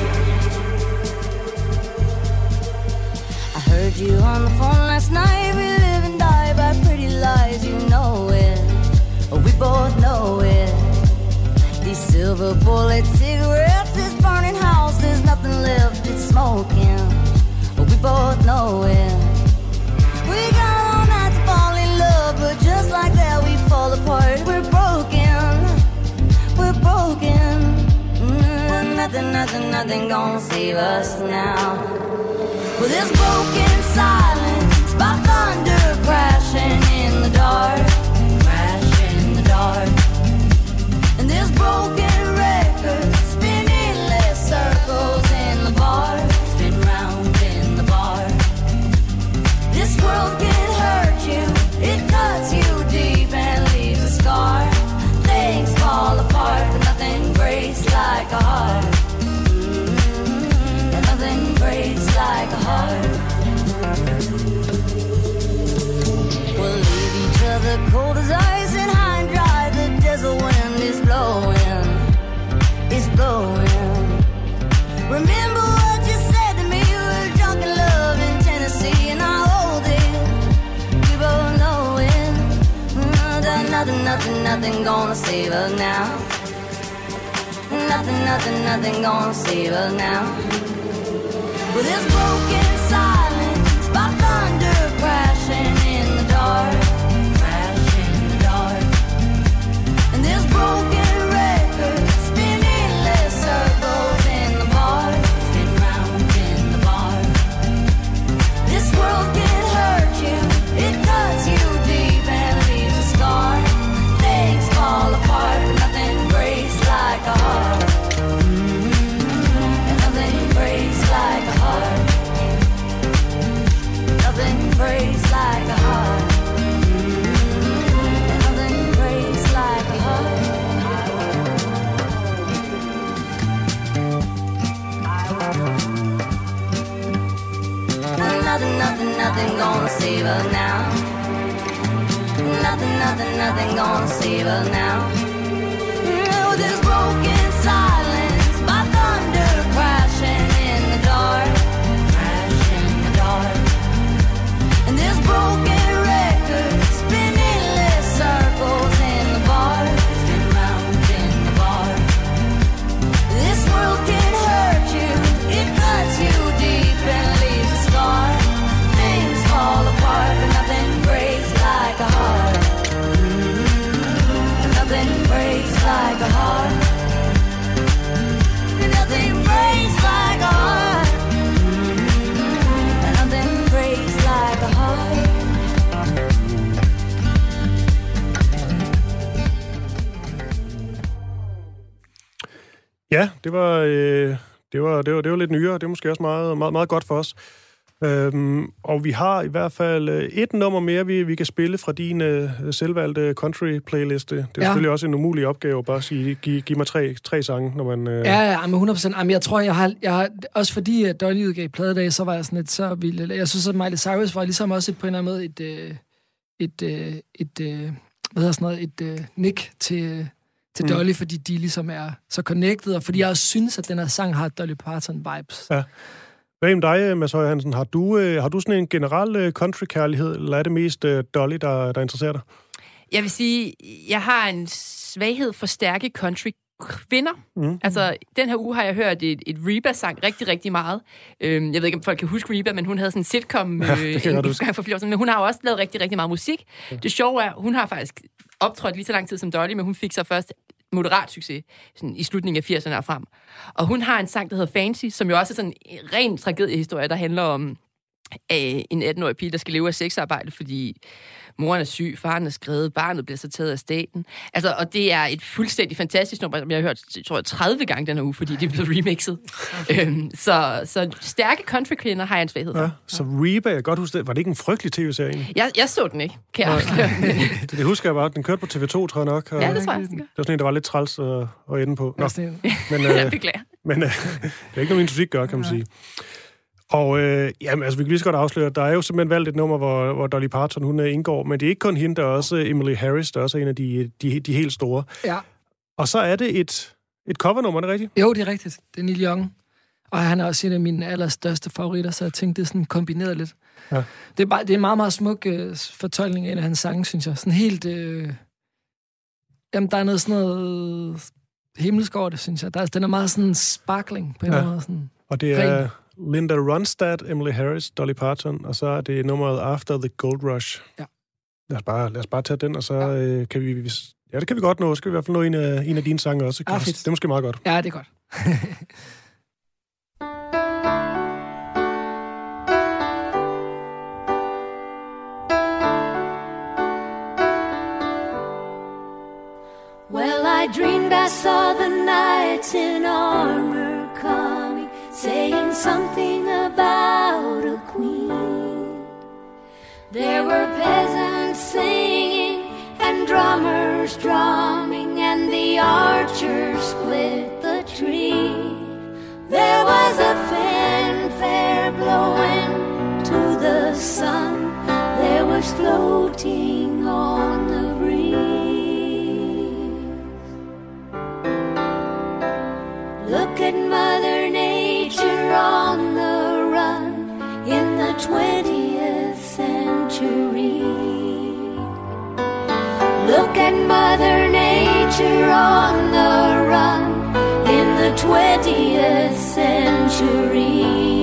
I heard you on the phone last night. We live and die by pretty lies, you know it. We both know it. These silver bullet cigarettes, this burning house, there's nothing left, it's smoking. We both know it. We got all night to fall in love, but just like that we fall apart. We're broken, we're broken. Nothing gonna save us now. With this broken silence, by thunder crashing in the dark, crashing in the dark. And this broken record spinning less circles in the bar, spin round in the bar. This world can hurt you, it cuts you deep and leaves a scar. Things fall apart, but nothing breaks like a heart. And nothing breaks like a heart. We'll leave each other cold as ice and high and dry. The desert wind is blowing, it's blowing. Remember what you said to me, you were drunk in love in Tennessee, and I hold it, we both know it. Nothing gonna save us now. Nothing gonna save us now. With this broken silence, by thunder crashing in the dark, crashing in the dark. And this broken record spinning less circles in the bar, spin round in the bar. This world can hurt you, it cuts you deep and leaves a scar. Things fall apart, but nothing breaks like a heart. And nothing breaks like a heart. nothing gonna save her now. Nothing gonna save her now. Oh, this broken silence, my thunder crashing in the dark, crashing in the dark. And this broken record spinning endless circles in the bar, spin round in the bar. This world can hurt you, it cuts you deep and leaves a scar. Things fall apart, but nothing breaks like a heart. Nothing breaks like a heart. Nothing breaks like a heart. Nothing breaks like a heart. Ja, det var lidt nyere. Det er måske også meget godt for os. Og vi har i hvert fald et nummer mere, vi kan spille fra din selvvalgte country-playliste. Det er selvfølgelig også en umulig opgave at bare sige, giv mig tre sange, når man... Ja, men 100%. Jamen, jeg tror, jeg har også fordi at Dolly udgav pladedag, så var jeg sådan lidt så vild. Jeg synes, at Miley Cyrus var ligesom også på en eller anden måde et nick til Dolly, fordi de ligesom er så connected, og fordi jeg også synes, at den her sang har Dolly Parton-vibes. Ja. Hvad med dig, Mads Høyer Hansen? Har du sådan en generel country-kærlighed, eller er det mest Dolly, der interesserer dig? Jeg vil sige, jeg har en svaghed for stærke country-kvinder. Altså, den her uge har jeg hørt et Reba-sang rigtig, rigtig meget. Jeg ved ikke, om folk kan huske Reba, men hun havde sådan en sitcom en gang for 4 år siden, men hun har jo også lavet rigtig, rigtig meget musik. Det sjove er, hun har faktisk optrådt lige så lang tid som Dolly, men hun fik så først moderat succes sådan i slutningen af 80'erne og frem. Og hun har en sang, der hedder Fancy, som jo også er sådan en ren tragediehistorie, der handler om en 18-årig pige, der skal leve af sexarbejde, fordi moren er syg, faren er skrevet, barnet bliver så taget af staten. Altså, og det er et fuldstændig fantastisk nummer, som jeg har hørt, tror jeg, 30 gange den her uge, fordi det er blevet remixet. Så stærke countrykvinder har jeg en svaghed for. Ja, så Reba, jeg godt huske det. Var det ikke en frygtelig tv-serie? Jeg så den ikke, kan jeg afsløre. Det husker jeg bare. Den kørte på TV2, tror jeg nok. Ja, det tror jeg. Det var sådan en, der var lidt træls at ende på. Nå. Men, jeg beklager. Men det er ikke noget, min musik gør, kan man sige. Og jamen, altså, vi kan lige så godt afsløre, at der er jo simpelthen valgt et nummer, hvor Dolly Parton hun indgår, men det er ikke kun hende, der er også Emily Harris, der er også en af de helt store. Ja. Og så er det et covernummer, er det rigtigt? Jo, det er rigtigt. Det er Neil Young. Og han er også en af mine allerstørste favoritter, så jeg tænkte, det er sådan kombineret lidt. Ja. Det er en meget, meget smuk fortolkning af en af hans sange, synes jeg. Sådan helt... jamen, der er noget sådan noget himmelsk over det, synes jeg. Den er meget sådan sparkling på en måde. Sådan og det er... Ren. Linda Ronstadt, Emily Harris, Dolly Parton, og så er det nummeret After the Gold Rush. Ja. Lad os bare tage den, og så kan vi... Ja, det kan vi godt nå. Så skal vi i hvert fald nå en af dine sange også. Det er måske meget godt. Ja, det er godt. Well, I dreamed I saw the knights in armor coming, saying something about a queen. There were peasants singing and drummers drumming, and the archers split the tree. There was a fanfare blowing to the sun. There was floating on the breeze. Look at Mother Nature on the run in the 20th century. Look at Mother Nature on the run in the 20th century.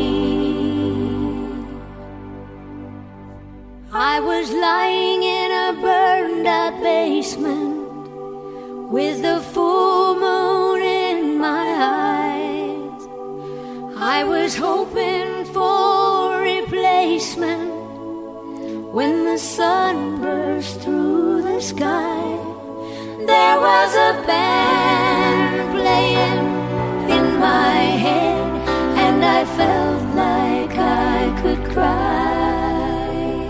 I was lying in a burned out basement with the full moon in my eyes. I was hoping for replacement when the sun burst through the sky. There was a band playing in my head, and I felt like I could cry.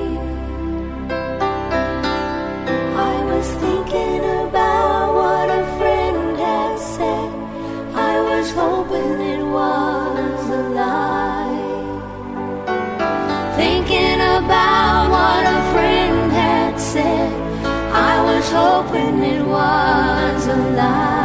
I was thinking about what a friend had said. I was hoping it was a lie. Thinking was hoping it was a lie.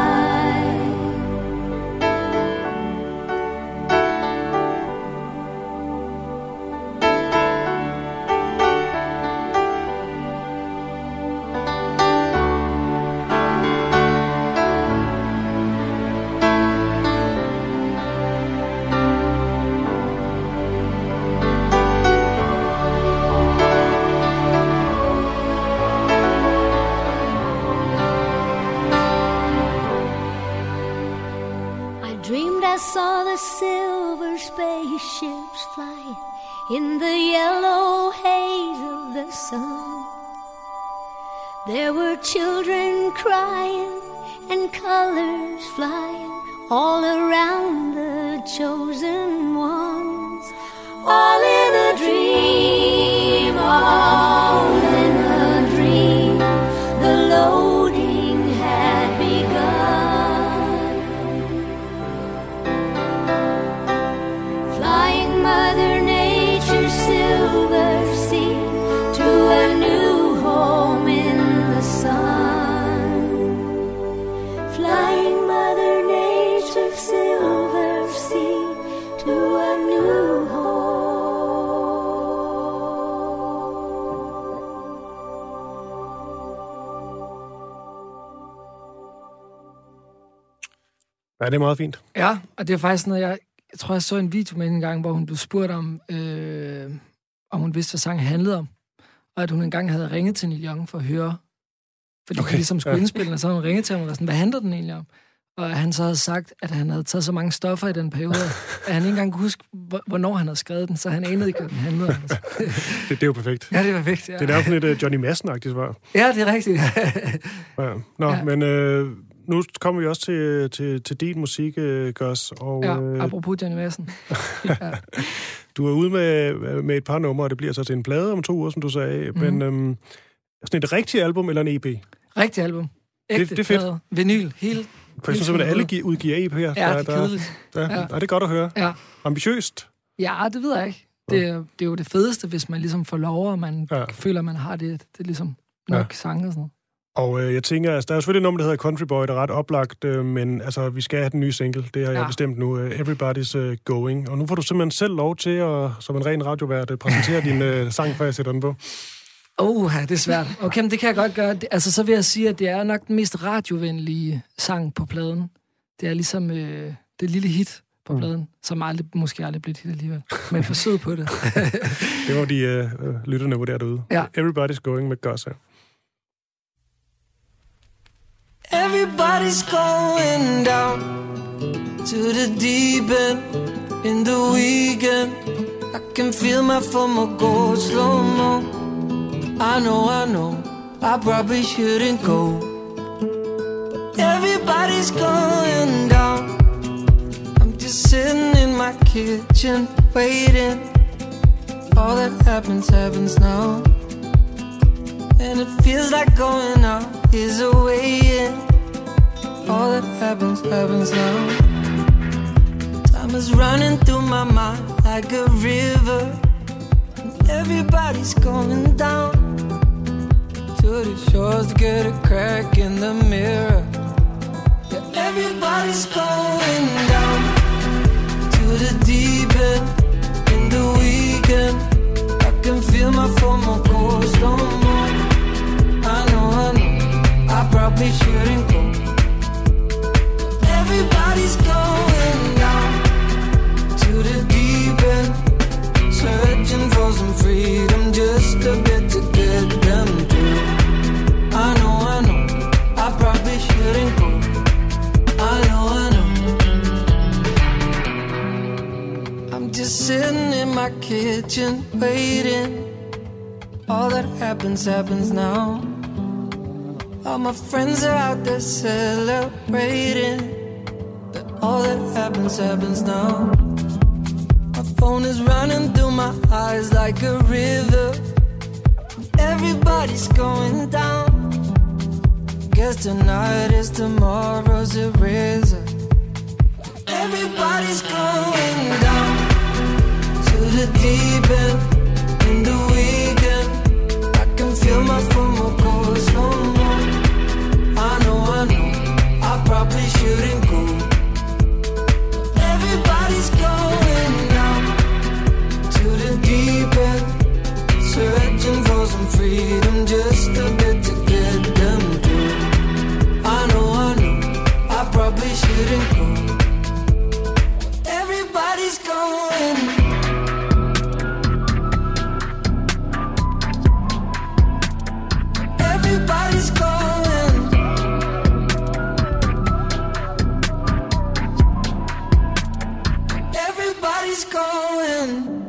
I saw the silver spaceships fly in the yellow haze of the sun. There were children crying and colors flying all around the chosen ones. All in a dream, all in a dream. The loading had begun. Flying Mother Nature's silver sea to a new home in the sun. Flying Mother Nature's silver sea to a new home. Ja, det er meget fint. Ja, og det er faktisk noget, jeg tror, jeg så en video med en gang, hvor hun blev spurgt om hun vidste, hvad sangen handlede om. Og at hun engang havde ringet til Neil Young for at høre, fordi de ligesom skulle indspille, og så havde hun ringet til ham og var sådan, hvad handler den egentlig om? Og han så havde sagt, at han havde taget så mange stoffer i den periode, at han ikke engang kunne huske, hvornår han havde skrevet den, så han anede ikke, hvad den handlede om. Det er jo perfekt. Ja, det er perfekt, ja. Det er jo sådan et Johnny Madsen-agtigt svar. Ja, det er rigtigt. Ja. Nå, ja. Men nu kommer vi også til din musik, Gus. Og, ja, apropos Johnny Madsen. Ja. Du er ude med et par numre, og det bliver så til en plade om 2 uger, som du sagde. Men sådan et rigtigt album eller en EP? Rigtigt album. Ægte det er fedt. plade. Vinyl. Helt. For jeg synes, at alle udgiver EP her. Ja, det er kedeligt. Det er godt at høre. Ja. Ambitiøst? Ja, det ved jeg ikke. Det er jo det fedeste, hvis man ligesom får lov, og man føler, at man har det er ligesom nok sange og sådan noget. Og jeg tænker, altså, der er jo selvfølgelig et nummer, der hedder Country Boy, der er ret oplagt, men altså, vi skal have den nye single. Det har jeg bestemt nu. Everybody's Going. Og nu får du simpelthen selv lov til at, som en ren radiovært, præsentere din sang, før jeg sætter den på. Det er svært. Okay, men det kan jeg godt gøre. Altså, så vil jeg sige, at det er nok den mest radiovenlige sang på pladen. Det er ligesom det lille hit på pladen, som måske aldrig blev et hit alligevel. Men forsøg på det. Det var de lytterne vurderer derude. Ja. Everybody's Going med Gus her. Everybody's going down to the deep end in the weekend. I can feel my FOMO go slow-mo. I know, I probably shouldn't go. But everybody's going down. I'm just sitting in my kitchen waiting. All that happens now. And it feels like going out is a way in. All that happens now. Time is running through my mind like a river. And everybody's going down to the shores to get a crack in the mirror. Yeah, everybody's going down to the deep end in the weekend. I can feel my FOMO go slow-mo. I know, I probably shouldn't go. Everybody's going down to the deep end, searching for some freedom, just a bit to get them through. I know, I probably shouldn't go. I know. I'm just sitting in my kitchen waiting. All that happens now. All my friends are out there celebrating. But all that happens now. My phone is running through my eyes like a river. Everybody's going down. Guess tonight is tomorrow's eraser. Everybody's going down to the deep end in the weekend. I can feel my FOMO go slow-mo. need them just a bit to get them through. I know, I probably shouldn't go. Everybody's going. Everybody's going. Everybody's going.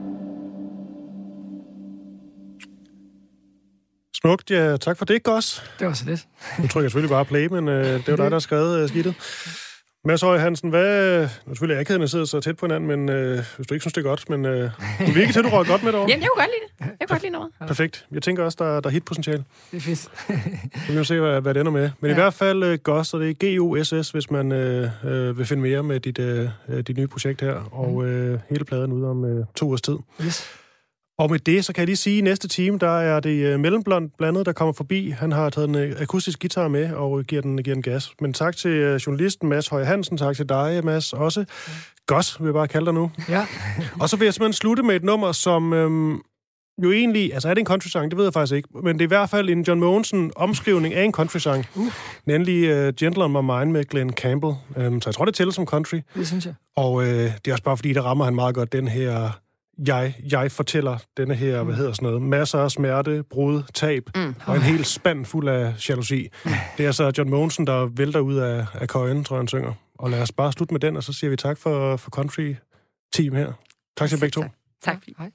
Smukt, ja. Tak for det, Goss. Det var så lidt. Nu trykker jeg selvfølgelig bare play, men det er jo dig, der har skrevet skidtet. Mads Høj Hansen, hvad... Nu selvfølgelig er akaderne sidder så tæt på hinanden, men hvis du ikke synes, det er godt, men du virker til, at du rører godt med det over. Jamen, jeg kunne godt lide det. Jeg kunne godt lide noget. Perfekt. Jeg tænker også, der er hitpotentiale. Det er fedt. Så vi må se, hvad det ender med. Men i hvert fald Goss, og det er GOSS, hvis man vil finde mere med dit nye projekt her, og hele pladen ude om 2 års tid. Yes. Og med det, så kan jeg lige sige, at næste time, der er det Mellemblond blandet, der kommer forbi. Han har taget en akustisk guitar med og giver den gas. Men tak til journalisten Mads Høj Hansen, tak til dig, Mads, også. Goss, vil jeg bare kalde dig nu. Ja. Og så vil jeg simpelthen slutte med et nummer, som jo egentlig... Altså, er det en country-sang? Det ved jeg faktisk ikke. Men det er i hvert fald en John Mogensen-omskrivning af en country-sang. Nemlig Gentle on My Mind med Glenn Campbell. Så jeg tror, det tæller som country. Det synes jeg. Og det er også bare fordi, der rammer han meget godt den her... Jeg fortæller denne her, hvad hedder sådan noget, masser af smerte, brud, tab, og en hel spand fuld af jalousi. Det er så John Mogensen, der vælter ud af køjen, tror jeg, han synger. Og lad os bare slutte med den, og så siger vi tak for country-team her. Tak til begge to. Tak. Hej.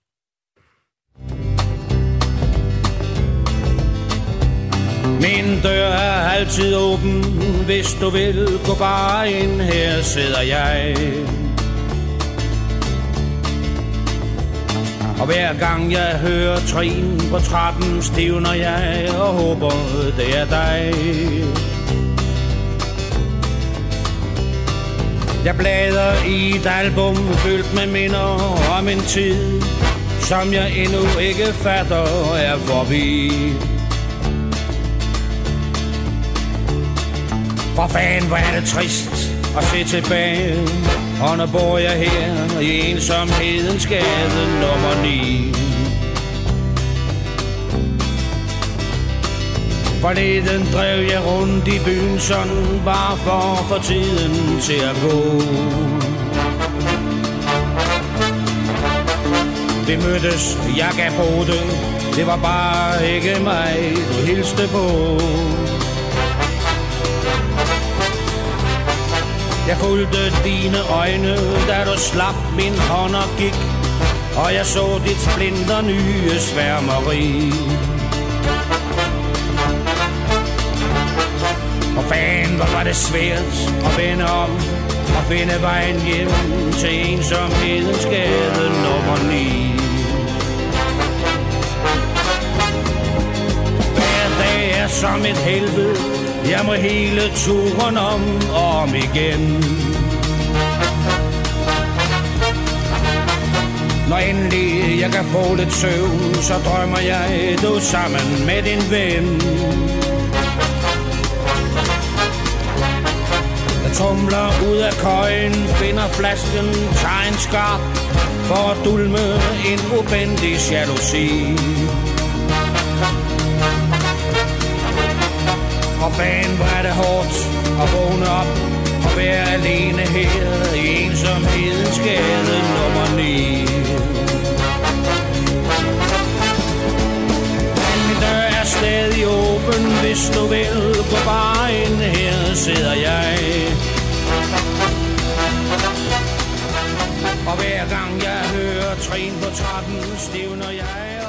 Min dør er altid åben, hvis du vil gå bare ind, her sidder jeg. Og hver gang jeg hører trin på trappen, stivner jeg og håber, det er dig. Jeg bladrer i et album fyldt med minder om en tid, som jeg endnu ikke fatter er forbi. For fanden, hvor er det trist at se tilbage, og nu bor jeg her i ensomhedens gade nummer 9. Forleden drev jeg rundt i byen sådan, bare for at få tiden til at gå. Vi mødtes, jeg gav på det, det var bare ikke mig, du hilste på. Jeg fulgte dine øjne, da du slap min hånd og gik, og jeg så dit splinter nye sværmeri. Og fanden, hvor var det svært at vende om og finde vejen hjem til ensomhedens gade nummer 9. Hver dag er som et helvede, jeg må hele turen om og om igen. Når endelig jeg kan få lidt søvn, så drømmer jeg, du sammen med din ven. Jeg tumler ud af køjen, finder flasken, tager en skarp for at dulme en ubendig jalousi. Og fanden, hvor er det hårdt at vågne op og være alene her i ensomhedens gade nummer 9. Men min dør er stadig åben, hvis du vil gå bare ind, her sidder jeg. Og hver gang jeg hører trin på trappen, stivner jeg.